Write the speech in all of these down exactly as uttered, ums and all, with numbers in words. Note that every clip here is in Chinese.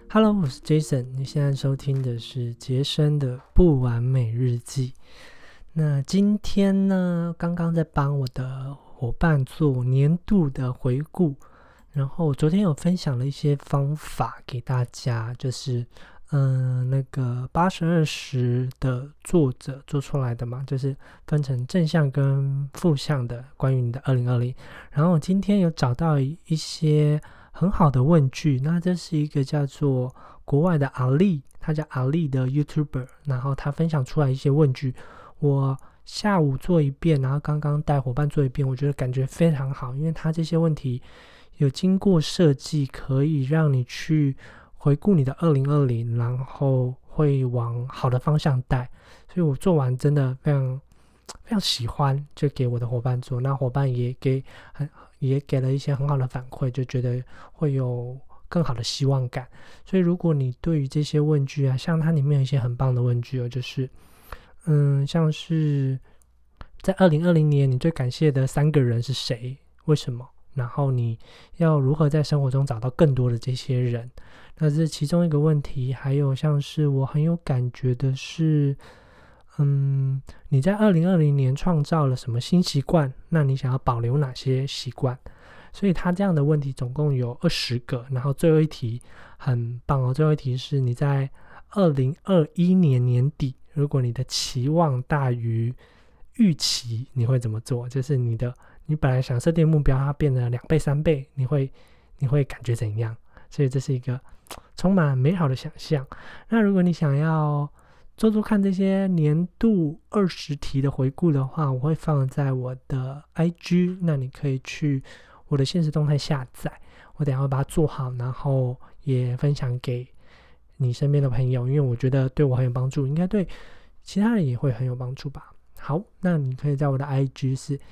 Hello，我是 Jason，你现在收听的是杰森的不完美日记。那今天呢，刚刚在帮我的伙伴做年度的回顾，然后我昨天有分享了一些方法给大家，就是嗯、呃，那个八十二十的作者做出来的嘛，就是分成正向跟负向的关于你的二零二零。然后我今天有找到一些很好的问句，那这是一个叫做国外的阿力，他叫阿力的 YouTuber， 然后他分享出来一些问句，我下午做一遍，然后刚刚带伙伴做一遍，我觉得感觉非常好，因为他这些问题有经过设计，可以让你去回顾你的二零二零，然后会往好的方向带，所以我做完真的非常非常喜欢，就给我的伙伴做，那伙伴也给很也给了一些很好的反馈，就觉得会有更好的希望感。所以如果你对于这些问句啊，像它里面有一些很棒的问句哦，就是嗯，像是在二零二零年你最感谢的三个人是谁？为什么？然后你要如何在生活中找到更多的这些人？那这是其中一个问题。还有像是我很有感觉的是嗯，你在二零二零年创造了什么新习惯？那你想要保留哪些习惯？所以他这样的问题总共有二十个，然后最后一题很棒哦，最后一题是你在二零二一年年底，如果你的期望大于预期，你会怎么做？就是你的你本来想设定目标，它变得两倍、三倍，你会你会感觉怎样？所以这是一个充满美好的想象。那如果你想要做做看这些年度二十题的回顾的话，我会放在我的 I G， 那你可以去我的限时动态下载，我等一下会把它做好，然后也分享给你身边的朋友，因为我觉得对我很有帮助，应该对其他人也会很有帮助吧。好，那你可以在我的 I G 是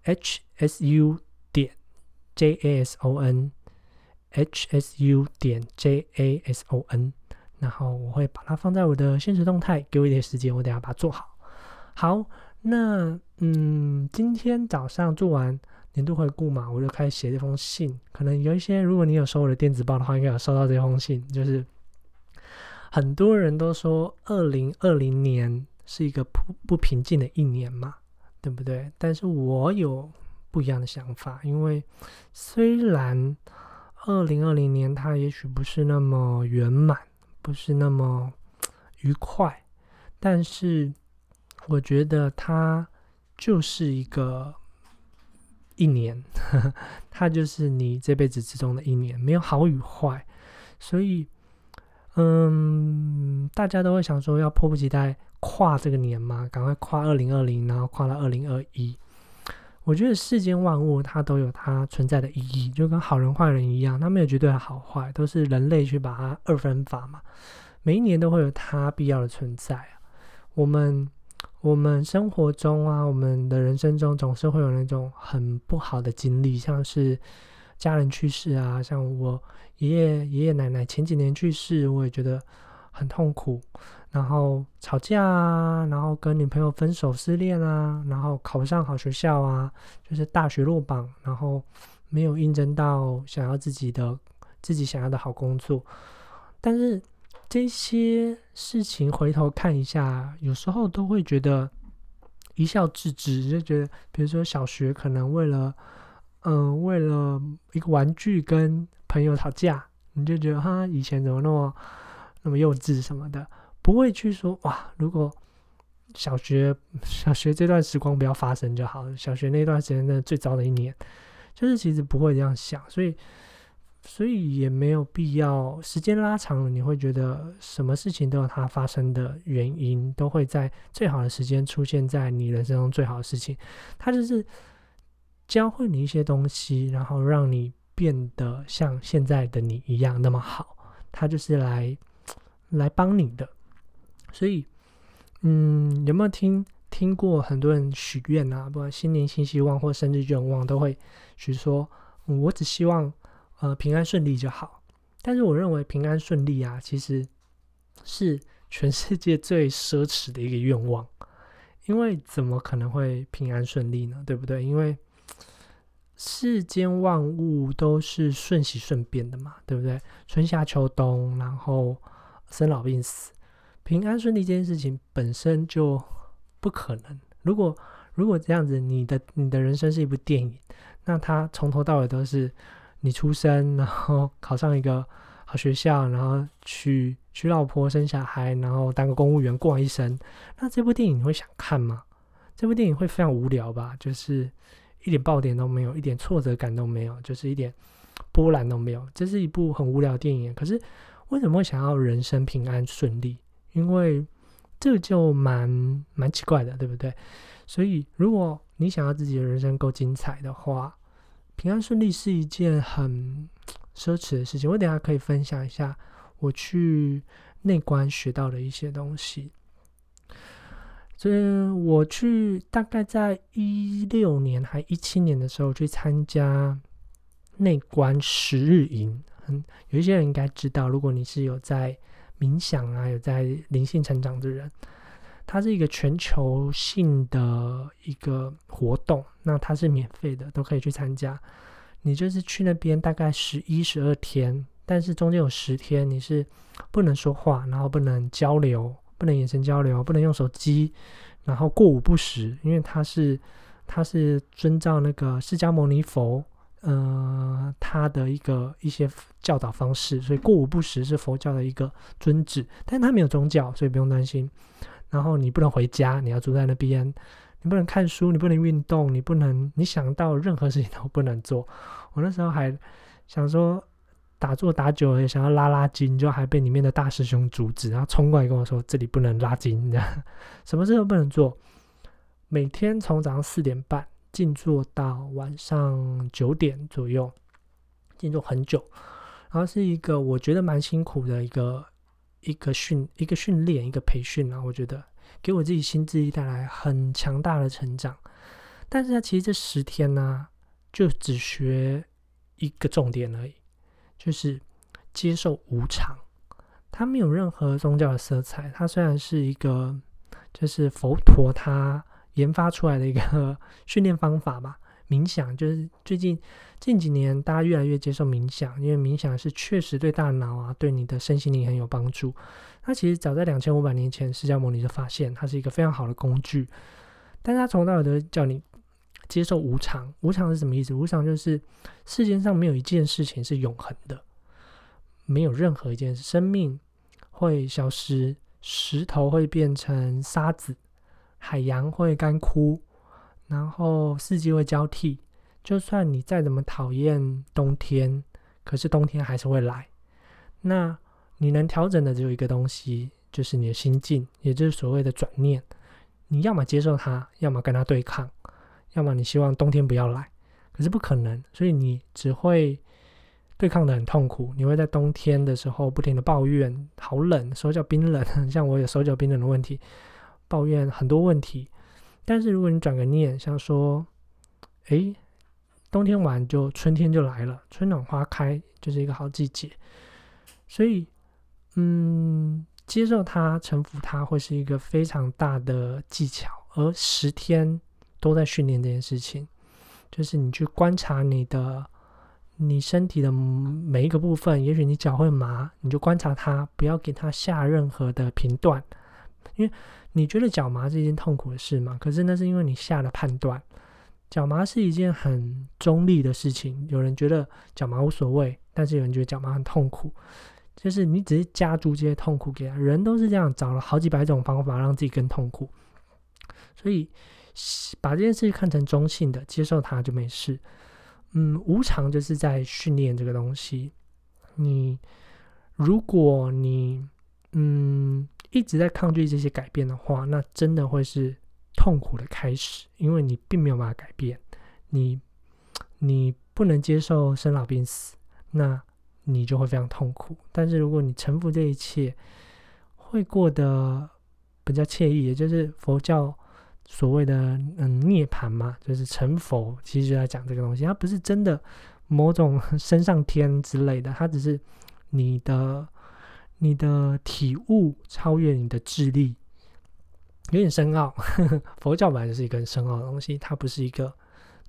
H S U 点 J A S O N H S U 点 J A S O N，然后我会把它放在我的限时动态，给我一点时间，我等一下把它做好。好，那嗯，今天早上做完年度回顾嘛，我就开始写这封信。可能有一些，如果你有收我的电子报的话，应该有收到这封信。就是很多人都说二零二零年是一个不不平静的一年嘛，对不对？但是我有不一样的想法，因为虽然二零二零年它也许不是那么圆满，不是那么愉快，但是我觉得它就是一个一年，呵呵，它就是你这辈子之中的一年，没有好与坏，所以嗯，大家都会想说要迫不及待跨这个年嘛，赶快跨二零二零，然后跨到二零二一。我觉得世间万物它都有它存在的意义，就跟好人坏人一样，它没有绝对的好坏，都是人类去把它二分法嘛。每一年都会有它必要的存在啊。我们我们生活中啊，我们的人生中总是会有那种很不好的经历，像是家人去世啊，像我爷爷爷爷奶奶前几年去世，我也觉得很痛苦。然后吵架啊，然后跟女朋友分手失恋啊，然后考不上好学校啊，就是大学落榜，然后没有应征到想要自己的自己想要的好工作。但是这些事情回头看一下，有时候都会觉得一笑置之，就觉得比如说小学可能为了嗯、呃、为了一个玩具跟朋友吵架，你就觉得哈以前怎么那么那么幼稚什么的，不会去说哇，如果小学小学这段时光不要发生就好了，小学那段时间的最糟的一年，就是其实不会这样想，所以所以也没有必要，时间拉长了，你会觉得什么事情都有它发生的原因，都会在最好的时间出现在你人生中最好的事情，它就是教会你一些东西，然后让你变得像现在的你一样那么好，它就是来来帮你的。所以嗯，有没有听听过很多人许愿啊，不管新年新希望或生日愿望，都会许说、嗯、我只希望呃平安顺利就好。但是我认为平安顺利啊，其实是全世界最奢侈的一个愿望，因为怎么可能会平安顺利呢？对不对？因为世间万物都是瞬息瞬变的嘛，对不对？春夏秋冬，然后生老病死，平安顺利这件事情本身就不可能。如果如果这样子，你的你的人生是一部电影，那它从头到尾都是你出生，然后考上一个好学校，然后娶娶老婆生小孩，然后当个公务员过完一生，那这部电影你会想看吗？这部电影会非常无聊吧，就是一点爆点都没有，一点挫折感都没有，就是一点波澜都没有。这是一部很无聊的电影，可是为什么会想要人生平安顺利？因为这就蛮蛮奇怪的，对不对？所以如果你想要自己的人生够精彩的话，平安顺利是一件很奢侈的事情。我等一下可以分享一下我去内观学到的一些东西。所以我去大概在一六年还一七年的时候去参加内观十日营，嗯，有一些人应该知道，如果你是有在冥想啊，有在灵性成长的人，它是一个全球性的一个活动，那它是免费的，都可以去参加。你就是去那边大概十一、十二天，但是中间有十天你是不能说话，然后不能交流，不能眼神交流，不能用手机，然后过午不食，因为它是它是遵照那个释迦牟尼佛呃他的一个一些教导方式，所以过午不食是佛教的一个尊旨，但是它没有宗教，所以不用担心。然后你不能回家，你要住在那边，你不能看书，你不能运动，你不能你想到任何事情都不能做。我那时候还想说打坐打久了也想要拉拉筋，就还被里面的大师兄阻止，然后冲过来跟我说这里不能拉筋，什么事都不能做。每天从早上四点半静坐到晚上九点左右，静坐很久，然后是一个我觉得蛮辛苦的一个一个训一个训练一个培训啊，我觉得给我自己心智力带来很强大的成长。但是其实这十天呢、啊，就只学一个重点而已，就是接受无常。它没有任何宗教的色彩，它虽然是一个就是佛陀他研发出来的一个训练方法吧。冥想就是最近近几年大家越来越接受冥想，因为冥想是确实对大脑啊对你的身心灵很有帮助。它其实早在两千五百年前释迦牟尼就发现它是一个非常好的工具，但是它从头到尾都叫你接受无常。无常是什么意思？无常就是世界上没有一件事情是永恒的，没有任何一件事，生命会消失，石头会变成沙子，海洋会干枯，然后四季会交替。就算你再怎么讨厌冬天，可是冬天还是会来。那你能调整的只有一个东西，就是你的心境，也就是所谓的转念。你要么接受它，要么跟它对抗，要么你希望冬天不要来，可是不可能，所以你只会对抗的很痛苦。你会在冬天的时候不停的抱怨好冷，手脚冰冷，像我有手脚冰冷的问题，抱怨很多问题。但是如果你转个念，像说诶冬天完就春天就来了，春暖花开就是一个好季节。所以嗯，接受它，臣服它会是一个非常大的技巧，而十天都在训练这件事情，就是你去观察你的你身体的每一个部分，也许你脚会麻，你就观察它，不要给它下任何的评断，因为你觉得脚麻是一件痛苦的事嘛，可是那是因为你下了判断。脚麻是一件很中立的事情，有人觉得脚麻无所谓，但是有人觉得脚麻很痛苦，就是你只是加注这些痛苦给他，人都是这样，找了好几百种方法让自己更痛苦。所以把这件事看成中性的，接受它就没事。嗯，无常就是在训练这个东西。你如果你嗯一直在抗拒这些改变的话，那真的会是痛苦的开始，因为你并没有办法改变，你你不能接受生老病死，那你就会非常痛苦。但是如果你臣服这一切，会过得比较惬意，也就是佛教所谓的嗯涅槃嘛，就是成佛，其实就在讲这个东西。它不是真的某种升上天之类的，它只是你的你的体悟超越你的智力，有点深奥。佛教本来就是一个很深奥的东西，它不是一个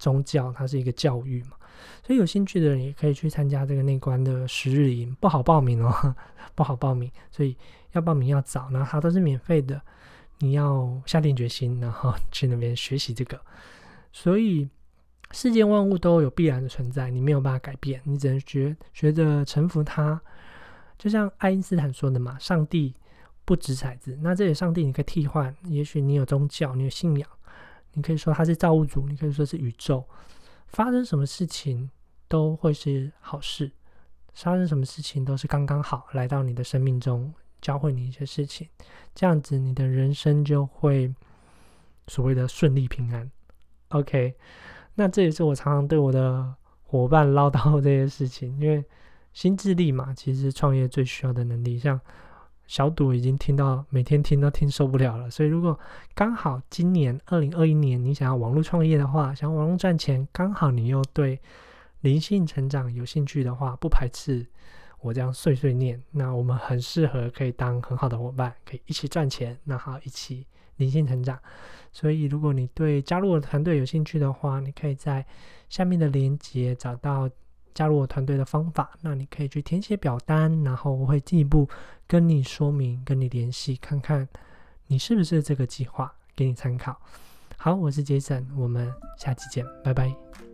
宗教，它是一个教育嘛，所以有兴趣的人也可以去参加这个内观的十日营，不好报名哦，不好报名，所以要报名要早，然后它都是免费的，你要下定决心，然后去那边学习这个。所以世间万物都有必然的存在，你没有办法改变，你只能学学着臣服它。就像爱因斯坦说的嘛，上帝不掷骰子，那这里上帝你可以替换，也许你有宗教，你有信仰，你可以说他是造物主，你可以说是宇宙，发生什么事情都会是好事，发生什么事情都是刚刚好来到你的生命中，教会你一些事情，这样子你的人生就会所谓的顺利平安。 OK， 那这也是我常常对我的伙伴唠叨这些事情，因为心智力嘛，其实创业最需要的能力，像小赌已经听到每天听都听受不了了，所以如果刚好今年二零二一年你想要网络创业的话，想要网络赚钱，刚好你又对灵性成长有兴趣的话，不排斥我这样碎碎念，那我们很适合可以当很好的伙伴，可以一起赚钱，然后一起灵性成长。所以如果你对加入我的团队有兴趣的话，你可以在下面的连结找到加入我团队的方法，那你可以去填写表单，然后我会进一步跟你说明，跟你联系，看看你是不是这个计划，给你参考。好，我是 Jason， 我们下期见，拜拜。